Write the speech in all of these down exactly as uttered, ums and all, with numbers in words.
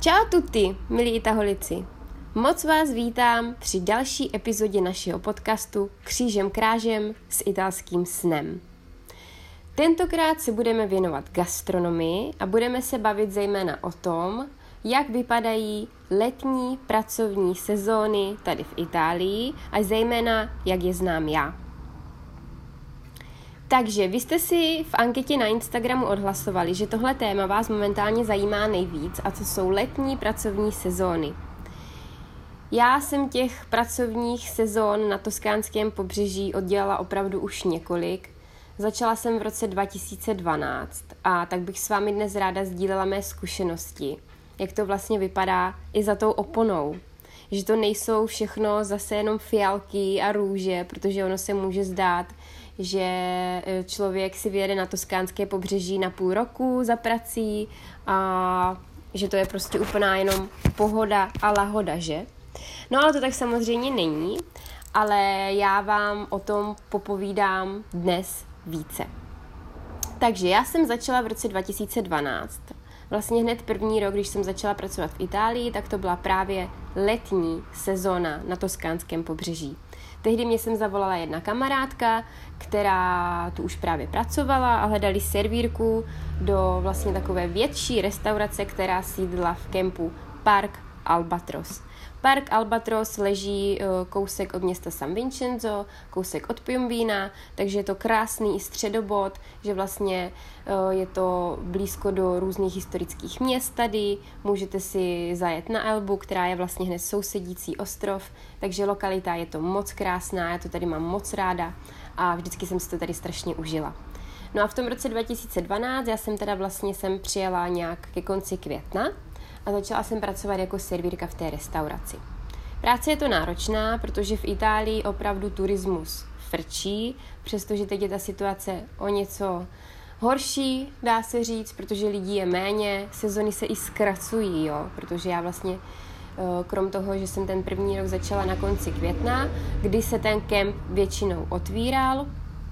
Čau tutti, milí Itaholici. Moc vás vítám při další epizodě našeho podcastu Křížem krážem s italským snem. Tentokrát se budeme věnovat gastronomii a budeme se bavit zejména o tom, jak vypadají letní pracovní sezóny tady v Itálii a zejména, jak je znám já. Takže vy jste si v anketě na Instagramu odhlasovali, že tohle téma vás momentálně zajímá nejvíc a to jsou letní pracovní sezóny. Já jsem těch pracovních sezón na toskánském pobřeží oddělala opravdu už několik. Začala jsem v roce dva tisíce dvanáct a tak bych s vámi dnes ráda sdílela mé zkušenosti, jak to vlastně vypadá i za tou oponou. Že to nejsou všechno zase jenom fialky a růže, protože ono se může zdát, že člověk si vyjede na toskánské pobřeží na půl roku za prací a že to je prostě úplná jenom pohoda a lahoda, že? No ale to tak samozřejmě není, ale já vám o tom popovídám dnes více. Takže já jsem začala v roce dva tisíce dvanáct. Vlastně hned první rok, když jsem začala pracovat v Itálii, tak to byla právě letní sezóna na toskánském pobřeží. Tehdy mě jsem zavolala jedna kamarádka, která tu už právě pracovala a hledali servírku do vlastně takové větší restaurace, která sídla v kempu Park Albatros. Park Albatros leží kousek od města San Vincenzo, kousek od Piombina, takže je to krásný středobod, že vlastně je to blízko do různých historických měst tady, můžete si zajet na Elbu, která je vlastně hned sousedící ostrov, takže lokalita je to moc krásná, já to tady mám moc ráda a vždycky jsem si to tady strašně užila. No a v tom roce dva tisíce dvanáct já jsem teda vlastně sem přijela nějak ke konci května, a začala jsem pracovat jako servírka v té restauraci. Práce je to náročná, protože v Itálii opravdu turismus frčí, přestože teď je ta situace o něco horší, dá se říct, protože lidí je méně, sezony se i zkracují, jo, protože já vlastně krom toho, že jsem ten první rok začala na konci května, kdy se ten kemp většinou otvíral,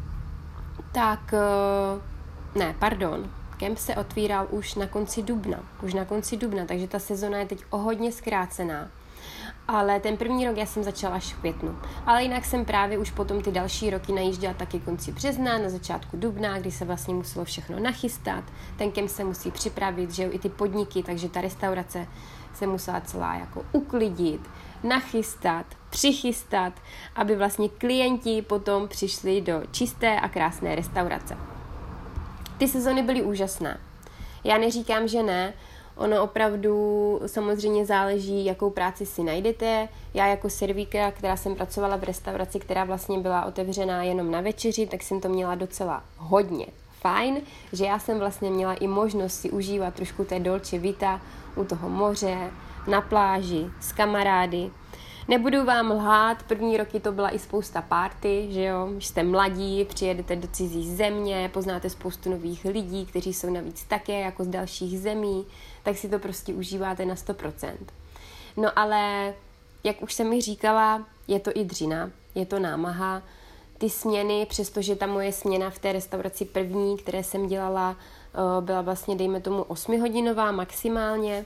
tak ne, pardon, kemp se otvíral už na konci dubna, už na konci dubna, takže ta sezona je teď o hodně zkrácená. Ale ten první rok já jsem začala až v květnu. Ale jinak jsem právě už potom ty další roky najížděla taky konci března, na začátku dubna, kdy se vlastně muselo všechno nachystat. Ten kemp se musí připravit, že jo, i ty podniky, takže ta restaurace se musela celá jako uklidit, nachystat, přichystat, aby vlastně klienti potom přišli do čisté a krásné restaurace. Ty sezony byly úžasné. Já neříkám, že ne, ono opravdu samozřejmě záleží, jakou práci si najdete. Já jako servíka, která jsem pracovala v restauraci, která vlastně byla otevřená jenom na večeři, tak jsem to měla docela hodně fajn, že já jsem vlastně měla i možnost si užívat trošku té dolce vita u toho moře, na pláži, s kamarády. Nebudu vám lhát, první roky to byla i spousta party, že jo, když jste mladí, přijedete do cizí země, poznáte spoustu nových lidí, kteří jsou navíc také jako z dalších zemí, tak si to prostě užíváte na sto procent. No ale, jak už jsem mi říkala, je to i dřina, je to námaha. Ty směny, přestože ta moje směna v té restauraci první, které jsem dělala, byla vlastně, dejme tomu, osmihodinová maximálně,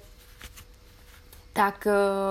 tak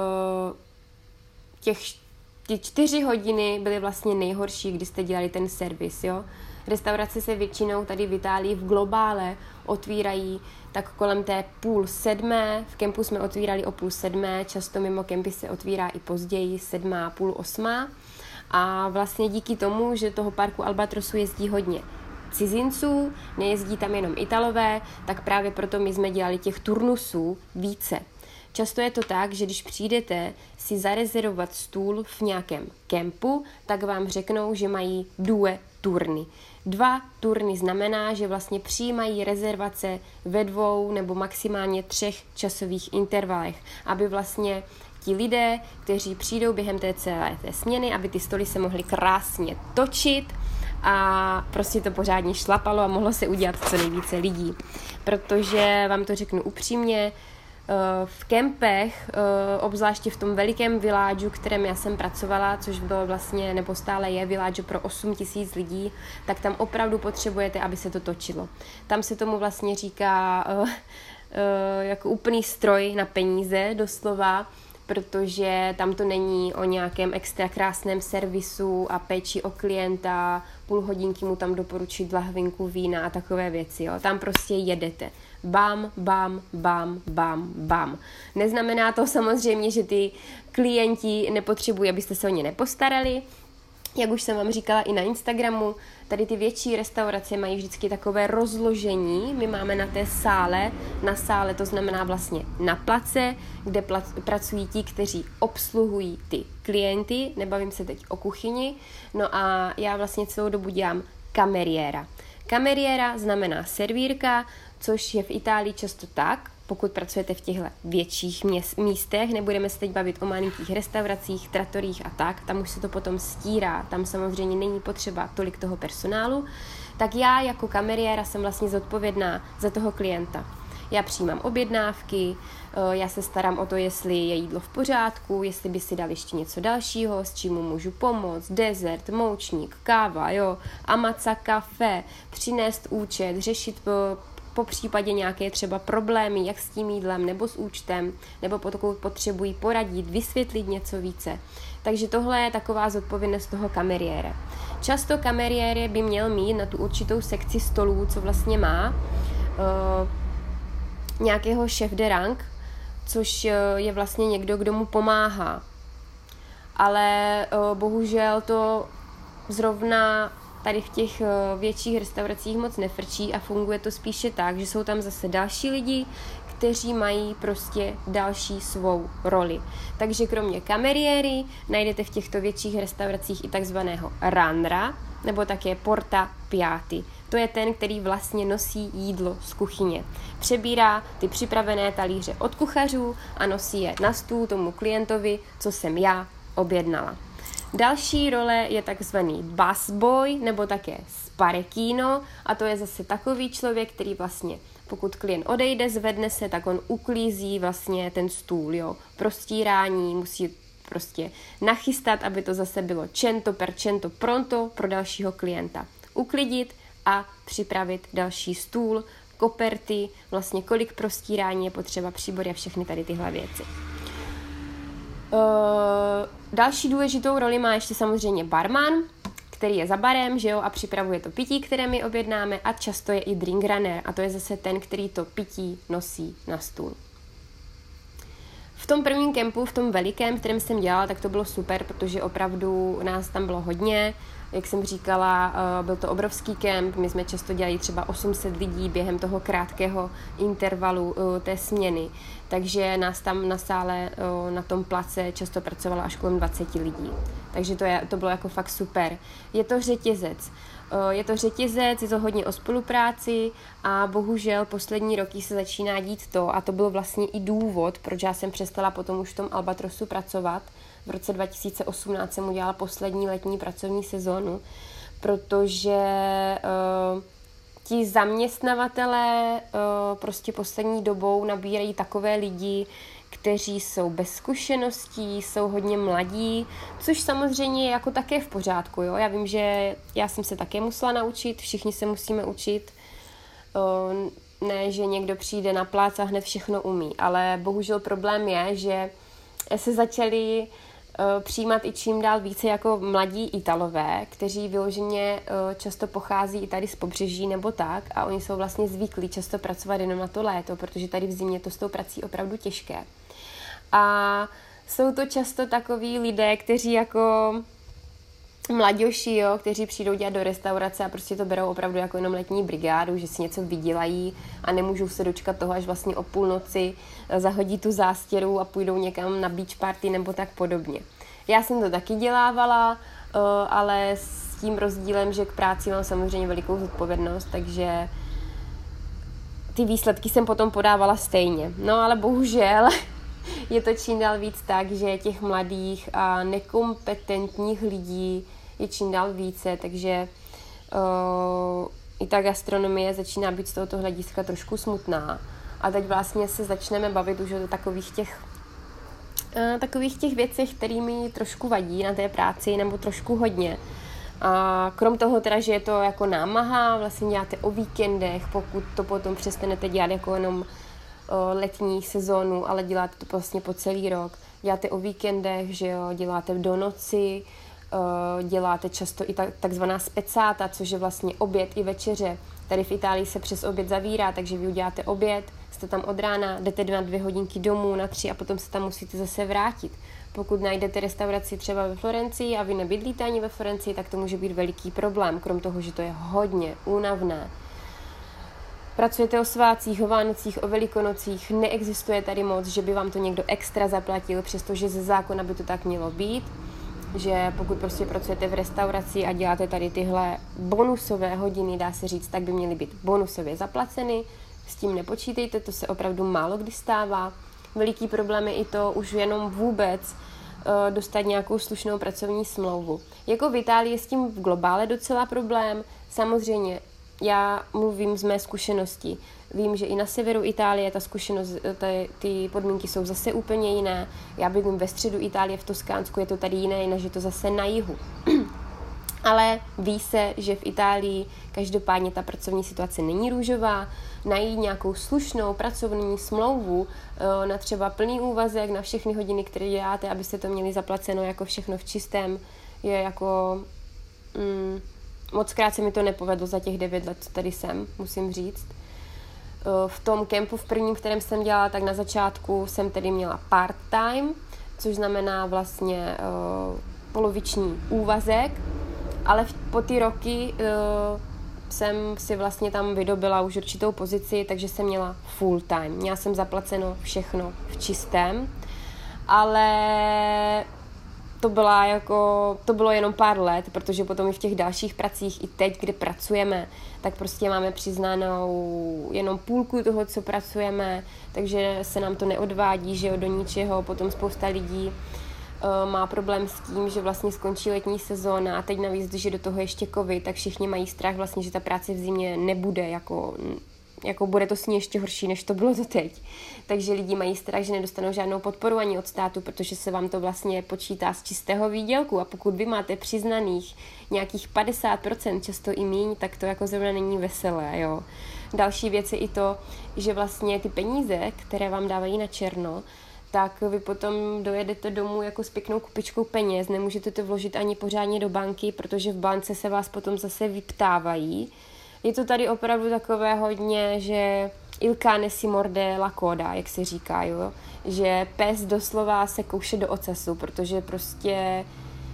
těch ty čtyři hodiny byly vlastně nejhorší, když jste dělali ten servis, jo. Restaurace se většinou tady v Itálii v globále otvírají tak kolem té půl sedmé, v kempu jsme otvírali o půl sedmé, často mimo kempy se otvírá i později, sedmá, půl osmá a vlastně díky tomu, že toho parku Albatrosu jezdí hodně cizinců, nejezdí tam jenom Italové, tak právě proto my jsme dělali těch turnusů více. Často je to tak, že když přijdete si zarezervovat stůl v nějakém kempu, tak vám řeknou, že mají due turny. Dva turny znamená, že vlastně přijímají rezervace ve dvou nebo maximálně třech časových intervalech, aby vlastně ti lidé, kteří přijdou během té celé té směny, aby ty stoly se mohly krásně točit a prostě to pořádně šlapalo a mohlo se udělat co nejvíce lidí. Protože vám to řeknu upřímně, v kempech, obzvláště v tom velikém viládžu, kterém já jsem pracovala, což bylo vlastně, nebo stále je viládžu pro osm tisíc lidí, tak tam opravdu potřebujete, aby se to točilo. Tam se tomu vlastně říká jako úplný stroj na peníze, doslova, protože tam to není o nějakém extra krásném servisu a péči o klienta, půl hodinky mu tam doporučit lahvinku vína a takové věci. Jo. Tam prostě jedete. Bam, bam, bam, bam, bam. Neznamená to samozřejmě, že ty klienti nepotřebují, abyste se o ně nepostarali. Jak už jsem vám říkala i na Instagramu, tady ty větší restaurace mají vždycky takové rozložení. My máme na té sále, na sále to znamená vlastně na place, kde pla- pracují ti, kteří obsluhují ty klienty, nebavím se teď o kuchyni, no a já vlastně celou dobu dělám cameriera. Cameriera znamená servírka, což je v Itálii často tak, pokud pracujete v těchto větších měst, místech, nebudeme se teď bavit o malinkých restauracích, tratorích a tak, tam už se to potom stírá, tam samozřejmě není potřeba tolik toho personálu, tak já jako cameriera jsem vlastně zodpovědná za toho klienta. Já přijímám objednávky, já se starám o to, jestli je jídlo v pořádku, jestli by si dal ještě něco dalšího, s čím mu můžu pomoct, dezert, moučník, káva, jo, amaca, kafe, přinést účet, řešit po případě nějaké třeba problémy, jak s tím jídlem, nebo s účtem, nebo pokud potřebují poradit, vysvětlit něco více. Takže tohle je taková zodpovědnost toho cameriéra. Často cameriér by měl mít na tu určitou sekci stolů, co vlastně má, uh, nějakého chef de rang, což je vlastně někdo, kdo mu pomáhá. Ale uh, bohužel to zrovna tady v těch větších restauracích moc nefrčí a funguje to spíše tak, že jsou tam zase další lidi, kteří mají prostě další svou roli. Takže kromě cameriéry najdete v těchto větších restauracích i takzvaného runnera, nebo také porta piatti. To je ten, který vlastně nosí jídlo z kuchyně. Přebírá ty připravené talíře od kuchařů a nosí je na stůl tomu klientovi, co jsem já objednala. Další role je takzvaný busboy nebo také sparecchino a to je zase takový člověk, který vlastně, pokud klient odejde, zvedne se, tak on uklízí vlastně ten stůl, jo. Prostírání, musí prostě nachystat, aby to zase bylo cento per cento pronto pro dalšího klienta. Uklidit a připravit další stůl, koperty, vlastně kolik prostírání je potřeba, příbory a všechny tady tyhle věci. Uh, další důležitou roli má ještě samozřejmě barman, který je za barem, že jo, a připravuje to pití, které my objednáme, a často je i drink runner, a to je zase ten, který to pití nosí na stůl. V tom prvním kempu, v tom velikém, v kterém jsem dělala, tak to bylo super, protože opravdu nás tam bylo hodně. Jak jsem říkala, byl to obrovský kemp, my jsme často dělali třeba osm set lidí během toho krátkého intervalu té směny, takže nás tam na sále, na tom place často pracovalo až kolem dvacet lidí. Takže to, je, to bylo jako fakt super. Je to řetězec. Je to řetězec, je to hodně o spolupráci a bohužel poslední roky se začíná dít to, a to byl vlastně i důvod, proč já jsem přestala potom už v tom Albatrosu pracovat. V roce dva tisíce osmnáct jsem udělala poslední letní pracovní sezónu, protože uh, ti zaměstnavatelé uh, prostě poslední dobou nabírají takové lidi, kteří jsou bez zkušeností, jsou hodně mladí, což samozřejmě je jako také v pořádku. Jo? Já vím, že já jsem se také musela naučit, všichni se musíme učit. Uh, ne, že někdo přijde na plác a hned všechno umí, ale bohužel problém je, že se začali přijímat i čím dál více jako mladí Italové, kteří vyloženě často pochází i tady z pobřeží nebo tak, a oni jsou vlastně zvyklí často pracovat jenom na to léto, protože tady v zimě to s tou prací opravdu těžké. A jsou to často takoví lidé, kteří jako mladější, jo, kteří přijdou dělat do restaurace a prostě to berou opravdu jako jenom letní brigádu, že si něco vydělají a nemůžou se dočkat toho, až vlastně o půlnoci zahodí tu zástěru a půjdou někam na beach party nebo tak podobně. Já jsem to taky dělávala, ale s tím rozdílem, že k práci mám samozřejmě velikou zodpovědnost, takže ty výsledky jsem potom podávala stejně. No ale bohužel je to čím dál víc tak, že těch mladých a nekompetentních lidí je čím dál více, takže uh, i ta gastronomie začíná být z tohoto hlediska trošku smutná. A teď vlastně se začneme bavit už o takových těch, uh, takových těch věcech, které mi trošku vadí na té práci, nebo trošku hodně. A krom toho teda, že je to jako námaha, vlastně děláte o víkendech, pokud to potom přestanete dělat jako jenom letní sezónu, ale děláte to vlastně po celý rok. Děláte o víkendech, že jo, děláte do noci, děláte často i tak, takzvaná specáta, což je vlastně oběd i večeře. Tady v Itálii se přes oběd zavírá, takže vy uděláte oběd, jste tam od rána, jdete na dvě hodinky domů, na tři a potom se tam musíte zase vrátit. Pokud najdete restauraci třeba ve Florencii a vy nebydlíte ani ve Florencii, tak to může být veliký problém, krom toho, že to je hodně únavné. Pracujete o svátcích, o Vánocích, o Velikonocích, neexistuje tady moc, že by vám to někdo extra zaplatil, přestože ze zákona by to tak mělo být, že pokud prostě pracujete v restauraci a děláte tady tyhle bonusové hodiny, dá se říct, tak by měly být bonusově zaplaceny, s tím nepočítejte, to se opravdu málo kdy stává. Veliký problém je i to už jenom vůbec uh, dostat nějakou slušnou pracovní smlouvu. Jako v Itálii je s tím v globále docela problém, samozřejmě já mluvím z mé zkušenosti. Vím, že i na severu Itálie ta zkušenost, ty, ty podmínky jsou zase úplně jiné. Já bydlím ve středu Itálie v Toskánsku, je to tady jiné, než je to zase na jihu. Ale ví se, že v Itálii každopádně ta pracovní situace není růžová. Najít nějakou slušnou pracovní smlouvu na třeba plný úvazek, na všechny hodiny, které děláte, abyste to měli zaplaceno jako všechno v čistém, je jako... Mm, Mockrát se mi to nepovedlo za těch devět let, co tady jsem, musím říct. V tom kempu v prvním, v kterém jsem dělala, tak na začátku jsem tedy měla part-time, což znamená vlastně uh, poloviční úvazek, ale po ty roky uh, jsem si vlastně tam vydobila už určitou pozici, takže jsem měla full-time. Měla jsem zaplaceno všechno v čistém, ale... To, byla jako, to bylo jenom pár let, protože potom i v těch dalších pracích, i teď, kde pracujeme, tak prostě máme přiznanou jenom půlku toho, co pracujeme, takže se nám to neodvádí, že jo, do ničeho. Potom spousta lidí uh, má problém s tím, že vlastně skončí letní sezóna a teď navíc, když je do toho ještě covid, tak všichni mají strach vlastně, že ta práce v zimě nebude jako... jako bude to s ní ještě horší, než to bylo doteď. Takže lidi mají strach, že nedostanou žádnou podporu ani od státu, protože se vám to vlastně počítá z čistého výdělku a pokud vy máte přiznaných nějakých padesát procent, často i míň, tak to jako zrovna není veselé, jo. Další věc je i to, že vlastně ty peníze, které vám dávají na černo, tak vy potom dojedete domů jako s pěknou kupičkou peněz, nemůžete to vložit ani pořádně do banky, protože v bance se vás potom zase vyptávají. Je to tady opravdu takové hodně, že il cane si morde la coda, jak se říká, jo? Že pes doslova se kouše do ocasu, protože prostě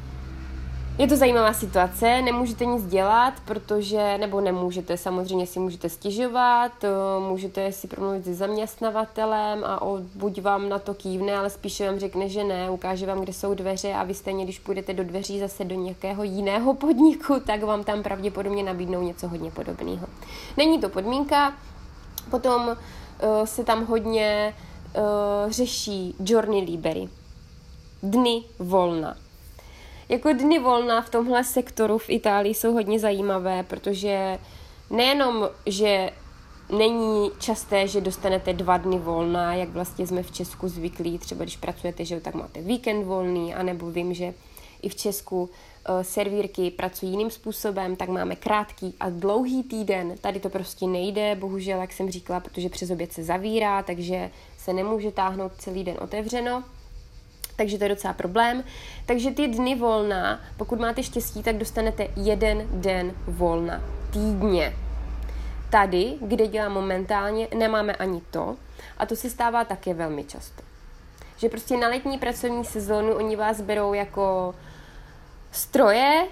je to zajímavá situace, nemůžete nic dělat, protože, nebo nemůžete, samozřejmě si můžete stěžovat, můžete si promluvit se zaměstnavatelem a on buď vám na to kývne, ale spíše vám řekne, že ne, ukáže vám, kde jsou dveře a vy stejně, když půjdete do dveří zase do nějakého jiného podniku, tak vám tam pravděpodobně nabídnou něco hodně podobného. Není to podmínka, potom uh, se tam hodně uh, řeší giorni liberi, dny volna. Jako dny volna v tomhle sektoru v Itálii jsou hodně zajímavé, protože nejenom, že není časté, že dostanete dva dny volna, jak vlastně jsme v Česku zvyklí, třeba když pracujete, že tak máte víkend volný, anebo vím, že i v Česku uh, servírky pracují jiným způsobem, tak máme krátký a dlouhý týden. Tady to prostě nejde, bohužel, jak jsem říkala, protože přes oběd se zavírá, takže se nemůže táhnout celý den otevřeno. Takže to je docela problém. Takže ty dny volna, pokud máte štěstí, tak dostanete jeden den volna týdně. Tady, kde dělám momentálně, nemáme ani to a to se stává také velmi často. Že prostě na letní pracovní sezónu oni vás berou jako stroje,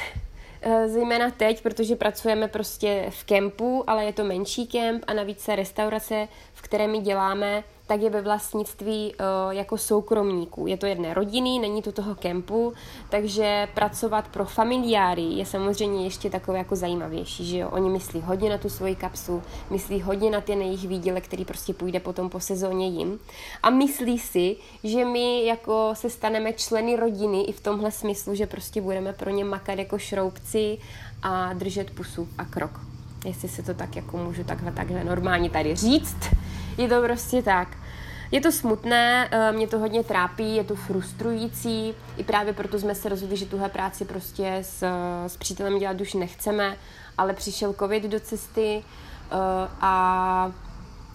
zejména teď, protože pracujeme prostě v kempu, ale je to menší kemp a navíc se restaurace, v které my děláme, tak je ve vlastnictví uh, jako soukromníků. Je to jedné rodiny, není to toho kempu, takže pracovat pro familiáry je samozřejmě ještě takové jako zajímavější, že jo. Oni myslí hodně na tu svoji kapsu, myslí hodně na ten jejich výdělek, který prostě půjde potom po sezóně jim. A myslí si, že my jako se staneme členy rodiny i v tomhle smyslu, že prostě budeme pro ně makat jako šroubci a držet pusu a krok. Jestli se to tak jako můžu takhle, takhle normálně tady říct. Je to prostě tak. Je to smutné, mě to hodně trápí, je to frustrující, i právě proto jsme se rozhodli, že tuhle práci prostě s, s přítelem dělat už nechceme, ale přišel covid do cesty a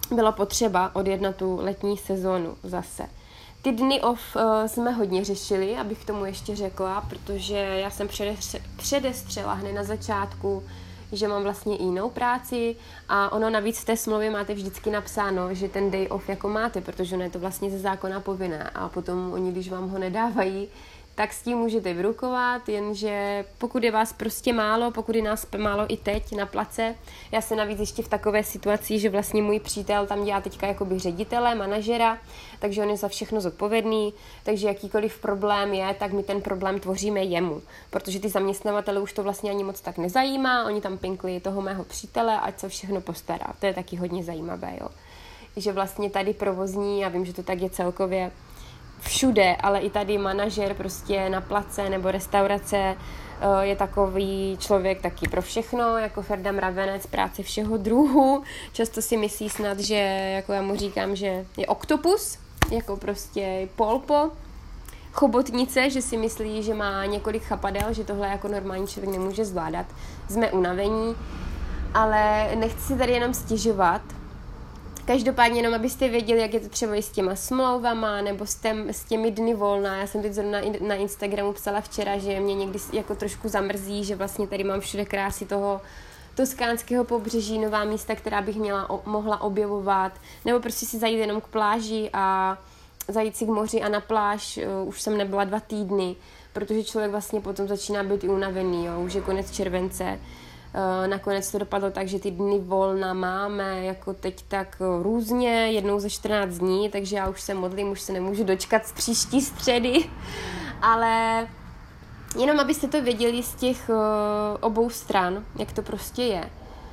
bylo potřeba odjet na tu letní sezónu zase. Ty dny off uh, jsme hodně řešili, abych tomu ještě řekla, protože já jsem předestře- předestřela hned na začátku, že mám vlastně jinou práci a ono navíc v té smlouvě máte vždycky napsáno, že ten day off jako máte, protože ono je to vlastně ze zákona povinné a potom oni, když vám ho nedávají, tak s tím můžete vyrukovat, jenže pokud je vás prostě málo, pokud je nás málo i teď na place, já jsem navíc ještě v takové situaci, že vlastně můj přítel tam dělá teďka jakoby ředitele, manažera, takže on je za všechno zodpovědný, takže jakýkoliv problém je, tak my ten problém tvoříme jemu, protože ty zaměstnavatele už to vlastně ani moc tak nezajímá, oni tam pinkli toho mého přítele, ať se všechno postará, to je taky hodně zajímavé, jo. Že vlastně tady provozní, já vím, že to tak je celkově všude, ale i tady manažer prostě na place nebo restaurace je takový člověk taky pro všechno, jako Ferda Mravenec, práce všeho druhu. Často si myslí snad, že jako já mu říkám, že je oktopus, jako prostě polpo, chobotnice, že si myslí, že má několik chapadel, že tohle jako normální člověk nemůže zvládat. Jsme unavení, ale nechci si tady jenom stěžovat. Každopádně jenom, abyste věděli, jak je to třeba i s těma smlouvama nebo s, tém, s těmi dny volna. Já jsem teď zrovna na Instagramu psala včera, že mě někdy jako trošku zamrzí, že vlastně tady mám všude krásy toho toskánského pobřeží, nová místa, která bych měla, o, mohla objevovat, nebo prostě si zajít jenom k pláži a zajít si k moři a na pláž. Uh, už jsem nebyla dva týdny, protože člověk vlastně potom začíná být i unavený, jo, už je konec července. Nakonec to dopadlo tak, že ty dny volna máme jako teď tak různě, jednou za čtrnáct dní, takže já už se modlím, už se nemůžu dočkat z příští středy, ale jenom abyste to věděli z těch obou stran, jak to prostě je.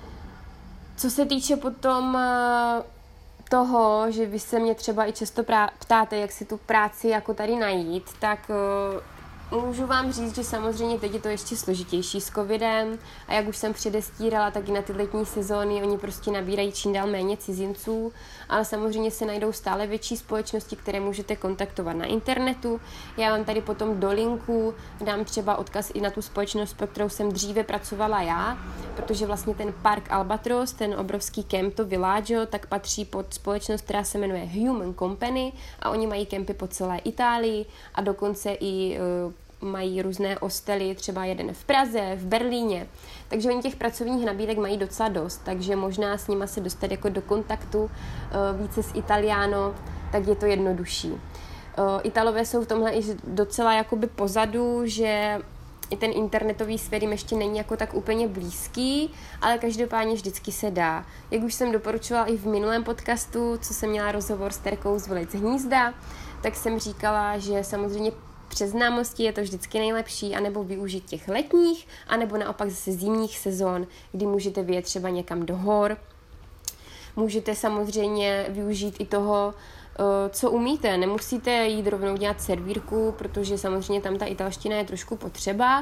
Co se týče potom toho, že vy se mě třeba i často ptáte, jak si tu práci jako tady najít, tak můžu vám říct, že samozřejmě teď je to ještě složitější s covidem a jak už jsem předestírala, tak i na ty letní sezóny oni prostě nabírají čím dál méně cizinců, ale samozřejmě se najdou stále větší společnosti, které můžete kontaktovat na internetu. Já vám tady potom do linku dám třeba odkaz i na tu společnost, pro kterou jsem dříve pracovala já, protože vlastně ten park Albatros, ten obrovský kemp, to Villaggio, tak patří pod společnost, která se jmenuje Human Company a oni mají kempy po celé Itálii a dokonce i mají různé hostely, třeba jeden v Praze, v Berlíně. Takže oni těch pracovních nabídek mají docela dost, takže možná s nima se dostat jako do kontaktu uh, více s Italiano, tak je to jednodušší. Uh, Italové jsou v tomhle i docela jakoby pozadu, že i ten internetový svět jim ještě není jako tak úplně blízký, ale každopádně vždycky se dá. Jak už jsem doporučovala i v minulém podcastu, co jsem měla rozhovor s Terkou z Velic Hnízda, tak jsem říkala, že samozřejmě přes známosti je to vždycky nejlepší, anebo využít těch letních, anebo naopak zase zimních sezon, kdy můžete vyjet třeba někam do hor. Můžete samozřejmě využít i toho, co umíte. Nemusíte jít rovnou dělat servírku, protože samozřejmě tam ta italština je trošku potřeba,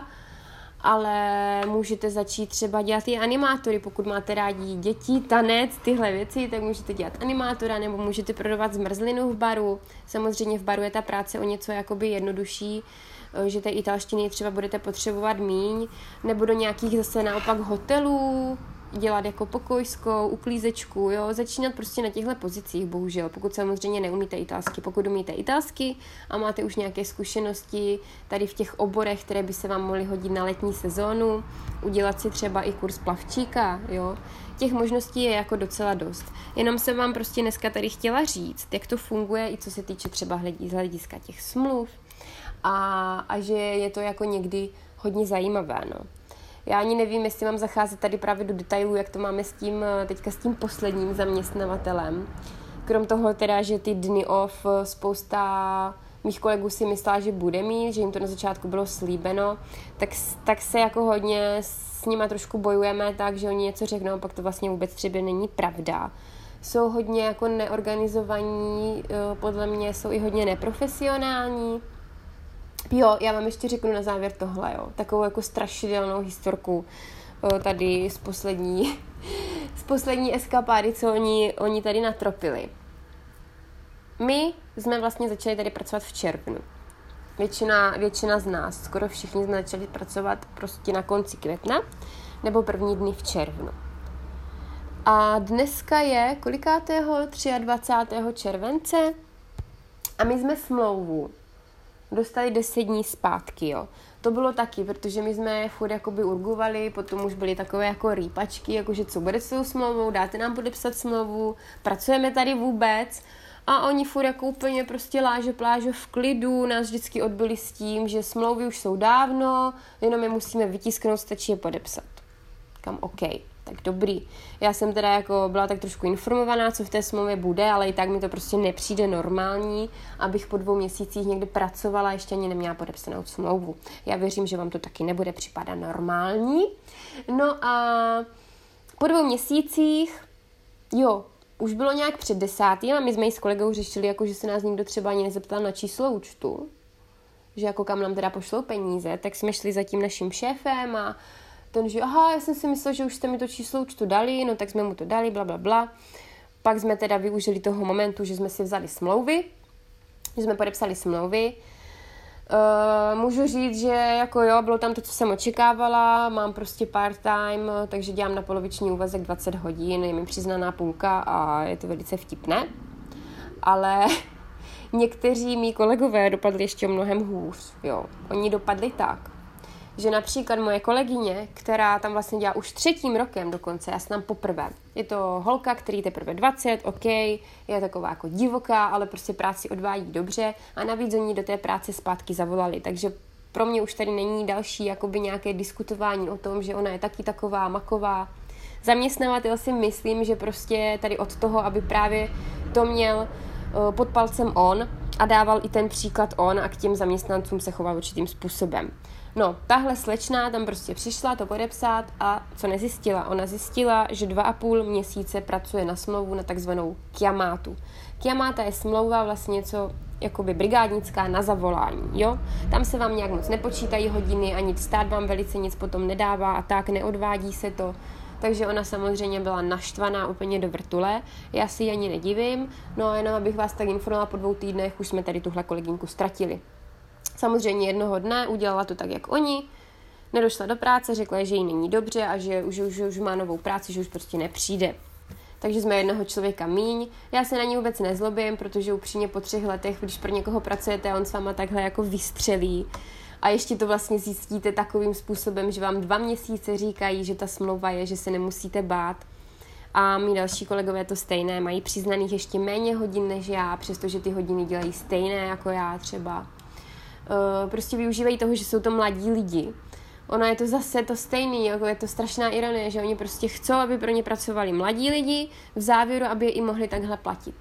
ale můžete začít třeba dělat i animátory, pokud máte rádi děti, tanec, tyhle věci, tak můžete dělat animátora, nebo můžete prodovat zmrzlinu v baru. Samozřejmě v baru je ta práce o něco jakoby jednodušší, že té italštiny třeba budete potřebovat míň, nebo do nějakých zase naopak hotelů, dělat jako pokojskou, uklízečku, jo, začínat prostě na těchto pozicích, bohužel, pokud samozřejmě neumíte italsky. Pokud umíte italsky a máte už nějaké zkušenosti tady v těch oborech, které by se vám mohly hodit na letní sezónu, udělat si třeba i kurz plavčíka, jo, těch možností je jako docela dost. Jenom jsem vám prostě dneska tady chtěla říct, jak to funguje, i co se týče třeba z hlediska těch smluv a, a že je to jako někdy hodně zajímavé, no. Já ani nevím, jestli mám zacházet tady právě do detailů, jak to máme s tím, teďka s tím posledním zaměstnavatelem. Krom toho teda, že ty dny off spousta mých kolegů si myslela, že bude mít, že jim to na začátku bylo slíbeno, tak, tak se jako hodně s nima trošku bojujeme tak, že oni něco řeknou, pak to vlastně vůbec třeba není pravda. Jsou hodně jako neorganizovaní, podle mě jsou i hodně neprofesionální. Jo, já vám ještě řeknu na závěr tohle, jo, takovou jako strašidelnou historku tady z poslední, z poslední eskapády, co oni, oni tady natropili. My jsme vlastně začali tady pracovat v červnu. Většina, většina z nás, skoro všichni jsme začali pracovat prostě na konci května nebo první dny v červnu. A dneska je kolikátého? dvacátého třetího července a my jsme smlouvu dostali deset dní zpátky, jo. To bylo taky, protože my jsme furt jakoby urgovali, potom už byly takové jako rýpačky, jakože co bude s tou smlouvou, dáte nám podepsat smlouvu, pracujeme tady vůbec. A oni furt jako úplně prostě láže pláže v klidu, nás vždycky odbyli s tím, že smlouvy už jsou dávno, jenom je musíme vytisknout, stačí je podepsat. Kam OK, tak dobrý. Já jsem teda jako byla tak trošku informovaná, co v té smlouvě bude, ale i tak mi to prostě nepřijde normální, abych po dvou měsících někde pracovala a ještě ani neměla podepsanou smlouvu. Já věřím, že vám to taky nebude připadat normální. No a po dvou měsících, jo, už bylo nějak před desátým a my jsme jí s kolegou řešili, jako, že se nás nikdo třeba ani nezeptal na číslo účtu, že jako kam nám teda pošlou peníze, tak jsme šli za tím naším šéfem a ten, že aha, já jsem si myslel, že už jste mi to číslo účtu dali, no tak jsme mu to dali, bla, bla, bla. Pak jsme teda využili toho momentu, že jsme si vzali smlouvy, že jsme podepsali smlouvy. Uh, můžu říct, že jako jo, bylo tam to, co jsem očekávala, mám prostě part-time, takže dělám na poloviční úvazek dvacet hodin, je mi přiznaná půlka a je to velice vtipné. Ale někteří mý kolegové dopadli ještě mnohem hůř, jo. Oni dopadli tak, že například moje kolegyně, která tam vlastně dělá už třetím rokem dokonce, já jsem tam poprvé. Je to holka, který teprve dvacet, OK, je taková jako divoká, ale prostě práci odvádí dobře a navíc oni do té práce zpátky zavolali, takže pro mě už tady není další jakoby nějaké diskutování o tom, že ona je taky taková maková. Zaměstnavatel si myslím, že prostě tady od toho, aby právě to měl uh, pod palcem on a dával i ten příklad on a k těm zaměstnancům se choval určitým způsobem. No, tahle slečna tam prostě přišla to podepsat a co nezjistila? Ona zjistila, že dva a půl měsíce pracuje na smlouvu na takzvanou kiamátu. Kiamáta je smlouva vlastně něco jakoby brigádnická na zavolání, jo? Tam se vám nějak moc nepočítají hodiny, ani stát vám velice nic potom nedává a tak, neodvádí se to. Takže ona samozřejmě byla naštvaná úplně do vrtule, já si ji ani nedivím, no a jenom abych vás tak informovala, po dvou týdnech už jsme tady tuhle kolegynku ztratili. Samozřejmě jednoho dne udělala to tak, jak oni, nedošla do práce, řekla, že jí není dobře a že už, už, už má novou práci, že už prostě nepřijde. Takže jsme jednoho člověka míň. Já se na ní vůbec nezlobím, protože upřímně po třech letech, když pro někoho pracujete, on s váma takhle jako vystřelí a ještě to vlastně zjistíte takovým způsobem, že vám dva měsíce říkají, že ta smlouva je, že se nemusíte bát. A mý další kolegové to stejné, mají přiznaných ještě méně hodin než já, přestože ty hodiny dělají stejné jako já třeba. Uh, prostě využívají toho, že jsou to mladí lidi. Ono je to zase to stejný, jako je to strašná ironie, že oni prostě chcou, aby pro ně pracovali mladí lidi, v závěru, aby je i mohli takhle platit.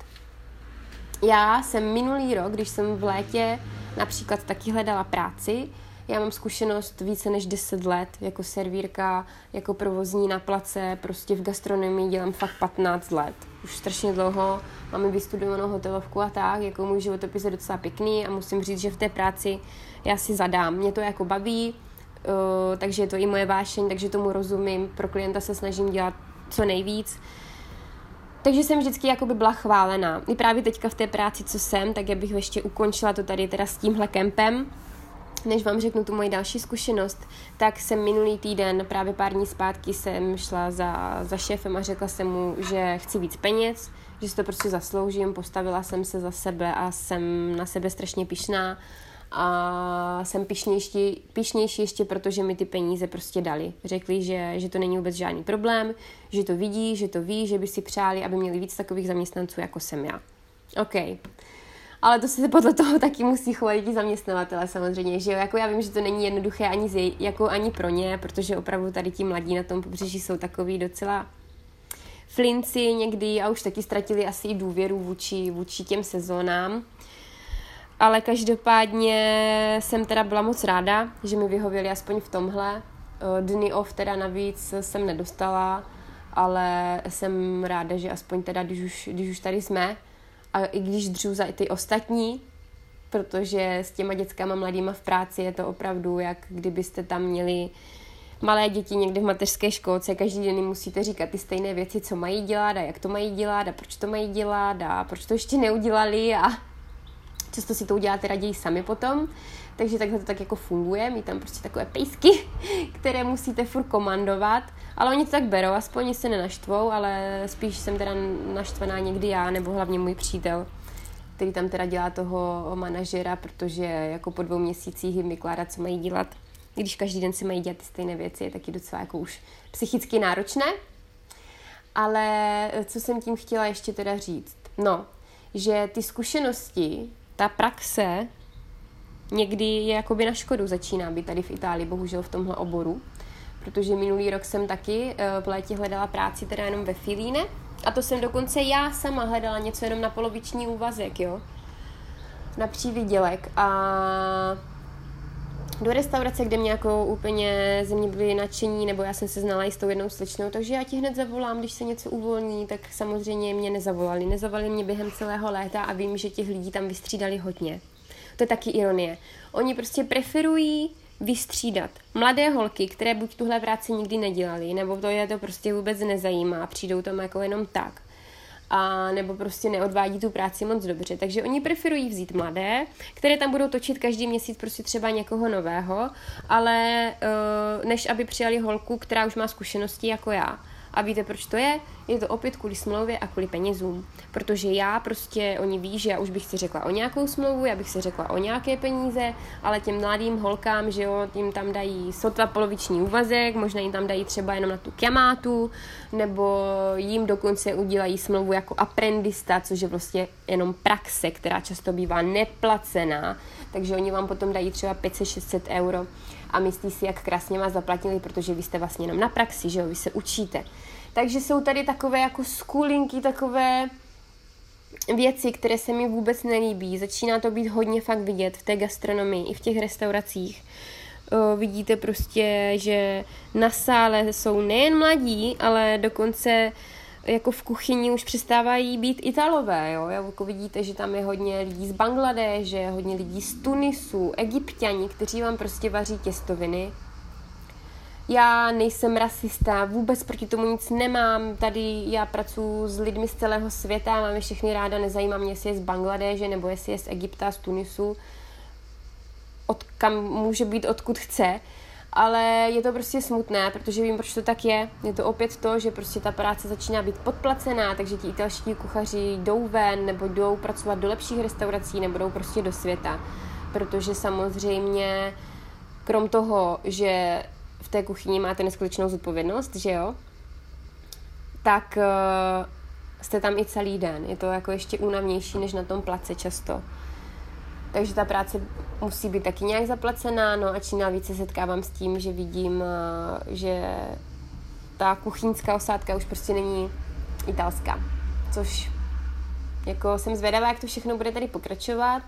Já jsem minulý rok, když jsem v létě například taky hledala práci, já mám zkušenost více než deset let jako servírka, jako provozní na place, prostě v gastronomii dělám fakt patnáct let. Už strašně dlouho, máme vystudovanou hotelovku a tak, jako můj životopis je docela pěkný a musím říct, že v té práci já si zadám. Mě to jako baví, uh, takže je to i moje vášeň, takže tomu rozumím, pro klienta se snažím dělat co nejvíc. Takže jsem vždycky jakoby byla chválená. I právě teďka v té práci, co jsem, tak já bych ještě ukončila to tady teda s tímhle kempem. Než vám řeknu tu moji další zkušenost, tak jsem minulý týden, právě pár dní zpátky, jsem šla za, za šéfem a řekla jsem mu, že chci víc peněz, že si to prostě zasloužím, postavila jsem se za sebe a jsem na sebe strašně pyšná a jsem pyšnější, pyšnější ještě proto, že mi ty peníze prostě dali. Řekli, že, že to není vůbec žádný problém, že to vidí, že to ví, že by si přáli, aby měli víc takových zaměstnanců, jako jsem já. OK. Ale to se podle toho taky musí chovat ti zaměstnavatele samozřejmě, že jo, jako já vím, že to není jednoduché ani, z, jako ani pro ně, protože opravdu tady ti mladí na tom pobřeží jsou takový docela flinci někdy a už taky ztratili asi i důvěru vůči, vůči těm sezónám. Ale každopádně jsem teda byla moc ráda, že mi vyhověli aspoň v tomhle. Dny off teda navíc jsem nedostala, ale jsem ráda, že aspoň teda, když už, když už tady jsme, a i když dřu za ty ostatní, protože s těma dětskama mladýma v práci je to opravdu, jak kdybyste tam měli malé děti někde v mateřské školce, každý den jim musíte říkat ty stejné věci, co mají dělat a jak to mají dělat a proč to mají dělat a proč to ještě neudělali a Často si to uděláte raději sami potom, takže takhle to tak jako funguje, mít tam prostě takové pejsky, které musíte furt komandovat, ale oni to tak berou, aspoň oni se nenaštvou, ale spíš jsem teda naštvaná někdy já, nebo hlavně můj přítel, který tam teda dělá toho manažera, protože jako po dvou měsících jim vykládá, co mají dělat, když každý den si mají dělat ty stejné věci, je taky docela jako už psychicky náročné. Ale co jsem tím chtěla ještě teda říct? No, že ty zkušenosti, ta praxe někdy je jakoby na škodu, začíná být tady v Itálii, bohužel v tomhle oboru, protože minulý rok jsem taky v létě hledala práci teda jenom ve Filíne a to jsem dokonce já sama hledala něco jenom na poloviční úvazek, jo, na přívydělek a do restaurace, kde mě jako úplně ze mě byli nadšení, nebo já jsem se znala i s tou jednou slečnou, takže já ti hned zavolám, když se něco uvolní, tak samozřejmě mě nezavolali. Nezavolali mě během celého léta a vím, že těch lidí tam vystřídali hodně. To je taky ironie. Oni prostě preferují vystřídat mladé holky, které buď tuhle práci nikdy nedělali, nebo to je to prostě vůbec nezajímá, přijdou tam jako jenom tak. A nebo prostě neodvádí tu práci moc dobře. Takže oni preferují vzít mladé, které tam budou točit každý měsíc prostě třeba někoho nového, ale uh, než aby přijali holku, která už má zkušenosti jako já. A víte, proč to je? Je to opět kvůli smlouvě a kvůli penězům. Protože já prostě, oni ví, že já už bych si řekla o nějakou smlouvu, já bych si řekla o nějaké peníze, ale těm mladým holkám, že jo, tím tam dají sotva poloviční úvazek, možná jim tam dají třeba jenom na tu kiamátu, nebo jim dokonce udělají smlouvu jako aprendista, což je vlastně jenom praxe, která často bývá neplacená, takže oni vám potom dají třeba pět set šest set euro a myslí si, jak krásně vás zaplatili, protože vy jste vlastně jenom na praxi, že jo, vy se učíte. Takže jsou tady takové jako skulinky, takové věci, které se mi vůbec nelíbí. Začíná to být hodně fakt vidět v té gastronomii i v těch restauracích. O, vidíte prostě, že na sále jsou nejen mladí, ale dokonce jako v kuchyni už přestávají být Italové, jo? Jako vidíte, že tam je hodně lidí z Bangladéše, hodně lidí z Tunisu, Egypťani, kteří vám prostě vaří těstoviny. Já nejsem rasista, vůbec proti tomu nic nemám, tady já pracuji s lidmi z celého světa, mám je všechny ráda, nezajímá mě, jestli je z Bangladéše, nebo jestli je z Egypta, z Tunisu, od kam může být, odkud chce. Ale je to prostě smutné, protože vím, proč to tak je. Je to opět to, že prostě ta práce začíná být podplacená, takže ti italští kuchaři jdou ven, nebo jdou pracovat do lepších restaurací, nebo jdou prostě do světa. Protože samozřejmě, krom toho, že v té kuchyni máte neskutečnou zodpovědnost, že jo, tak uh, jste tam i celý den. Je to jako ještě únavnější, než na tom place často. Takže ta práce musí být taky nějak zaplacená, no a čím dál více setkávám s tím, že vidím, že ta kuchyňská osádka už prostě není italská, což jako jsem zvědavá, jak to všechno bude tady pokračovat.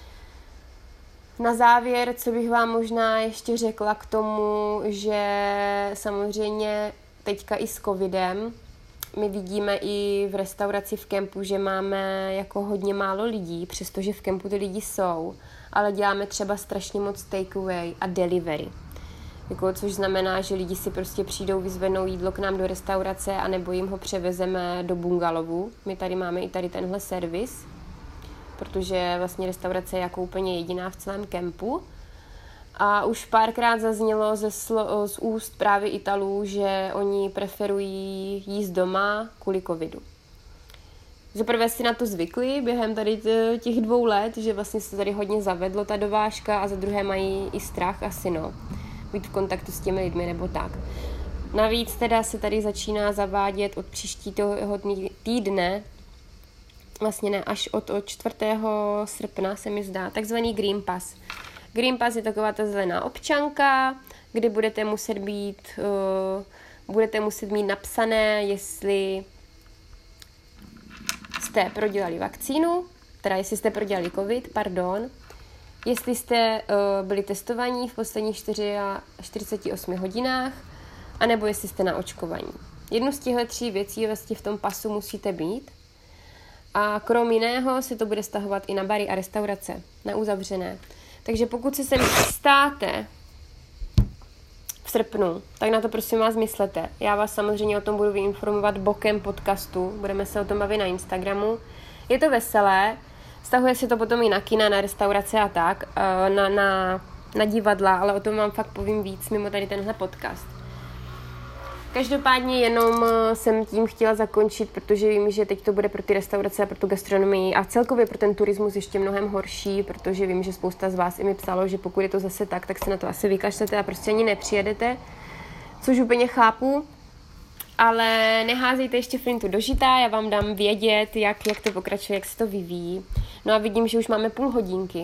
Na závěr, co bych vám možná ještě řekla k tomu, že samozřejmě teďka i s covidem my vidíme i v restauraci v kempu, že máme jako hodně málo lidí, přestože v kempu ty lidi jsou, ale děláme třeba strašně moc takeaway a delivery. Jako, což znamená, že lidi si prostě přijdou, vyzvednou jídlo k nám do restaurace a nebo jim ho převezeme do bungalovu. My tady máme i tady tenhle servis, protože vlastně restaurace je jako úplně jediná v celém kempu. A už párkrát zaznělo ze slo- z úst právě Italů, že oni preferují jíst doma kvůli covidu. Za prvé si na to zvykli během tady těch dvou let, že vlastně se tady hodně zavedlo ta dovážka a za druhé mají i strach asi no, být v kontaktu s těmi lidmi nebo tak. Navíc teda se tady začíná zavádět od příštího týdne, vlastně ne, až od, od čtvrtého srpna se mi zdá, takzvaný Green Pass. Green Pass je taková ta zelená občanka, kdy budete muset být, uh, budete muset mít napsané, jestli jste prodělali vakcínu, teda jestli jste prodělali covid, pardon, jestli jste uh, byli testovaní v posledních čtyřiceti osmi hodinách, anebo jestli jste na očkování. Jednu z těchto tří věcí vlastně v tom pasu musíte být. A krom jiného se to bude stahovat i na bary a restaurace, na uzavřené. Takže pokud se sem chystáte v srpnu, tak na to prosím vás myslete. Já vás samozřejmě o tom budu informovat bokem podcastu, budeme se o tom bavit na Instagramu. Je to veselé, Vztahuje se to potom i na kina, na restaurace a tak, na, na, na divadla, ale o tom vám fakt povím víc mimo tady tenhle podcast. Každopádně jenom jsem tím chtěla zakončit, protože vím, že teď to bude pro ty restaurace a pro tu gastronomii a celkově pro ten turismus ještě mnohem horší, protože vím, že spousta z vás i mi psalo, že pokud je to zase tak, tak se na to asi vykašlete a prostě ani nepřijedete, což úplně chápu, ale neházejte ještě flintu do žita, já vám dám vědět, jak, jak to pokračuje, jak se to vyvíjí. No a vidím, že už máme půl hodinky.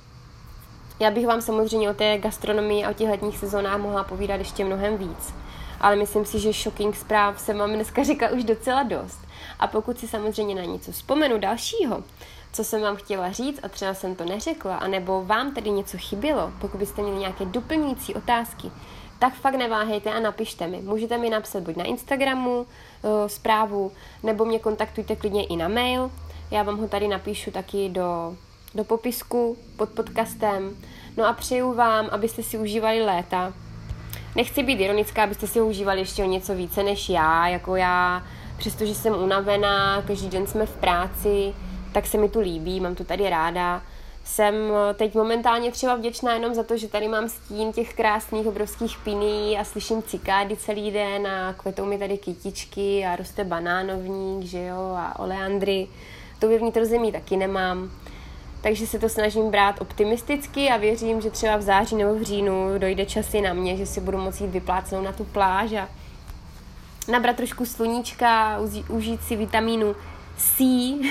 Já bych vám samozřejmě o té gastronomii a o těch letních sezónách mohla povídat ještě mnohem víc. Ale myslím si, že shocking zpráv jsem vám dneska říkala už docela dost. A pokud si samozřejmě na něco vzpomenu dalšího, co jsem vám chtěla říct a třeba jsem to neřekla, anebo vám tady něco chybělo, pokud byste měli nějaké doplňující otázky, tak fakt neváhejte a napište mi. Můžete mi napsat buď na Instagramu uh, zprávu, nebo mě kontaktujte klidně i na mail. Já vám ho tady napíšu taky do, do popisku pod podcastem. No a přeju vám, abyste si užívali léta. Nechci být ironická, abyste si ho užívali ještě o něco více než já, jako já, přestože jsem unavená, každý den jsme v práci, tak se mi tu líbí, mám to tady ráda. Jsem teď momentálně třeba vděčná jenom za to, že tady mám stín těch krásných obrovských piní a slyším cikády celý den a kvetou mi tady kytičky a roste banánovník, že jo, a oleandry. To ve vnitrozemí taky nemám. Takže se to snažím brát optimisticky a věřím, že třeba v září nebo v říjnu dojde časy na mě, že si budu moci jít vyplácnout na tu pláž a nabrat trošku sluníčka, užít si vitamínu C.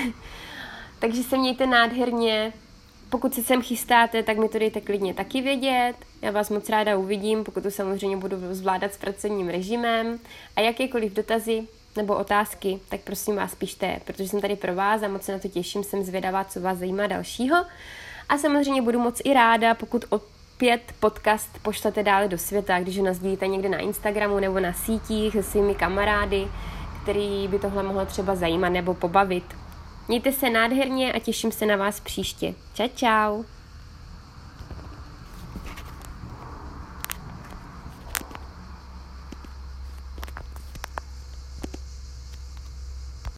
Takže se mějte nádherně. Pokud se sem chystáte, tak mi to dejte klidně taky vědět. Já vás moc ráda uvidím, pokud to samozřejmě budu zvládat s pracovním režimem. A jakékoliv dotazy nebo otázky, tak prosím vás pište, protože jsem tady pro vás a moc se na to těším, jsem zvědavá, co vás zajímá dalšího. A samozřejmě budu moc i ráda, pokud opět podcast pošlete dále do světa, když ho nasdílíte někde na Instagramu nebo na sítích se svými kamarády, který by tohle mohlo třeba zajímat nebo pobavit. Mějte se nádherně a těším se na vás příště. Čau, čau.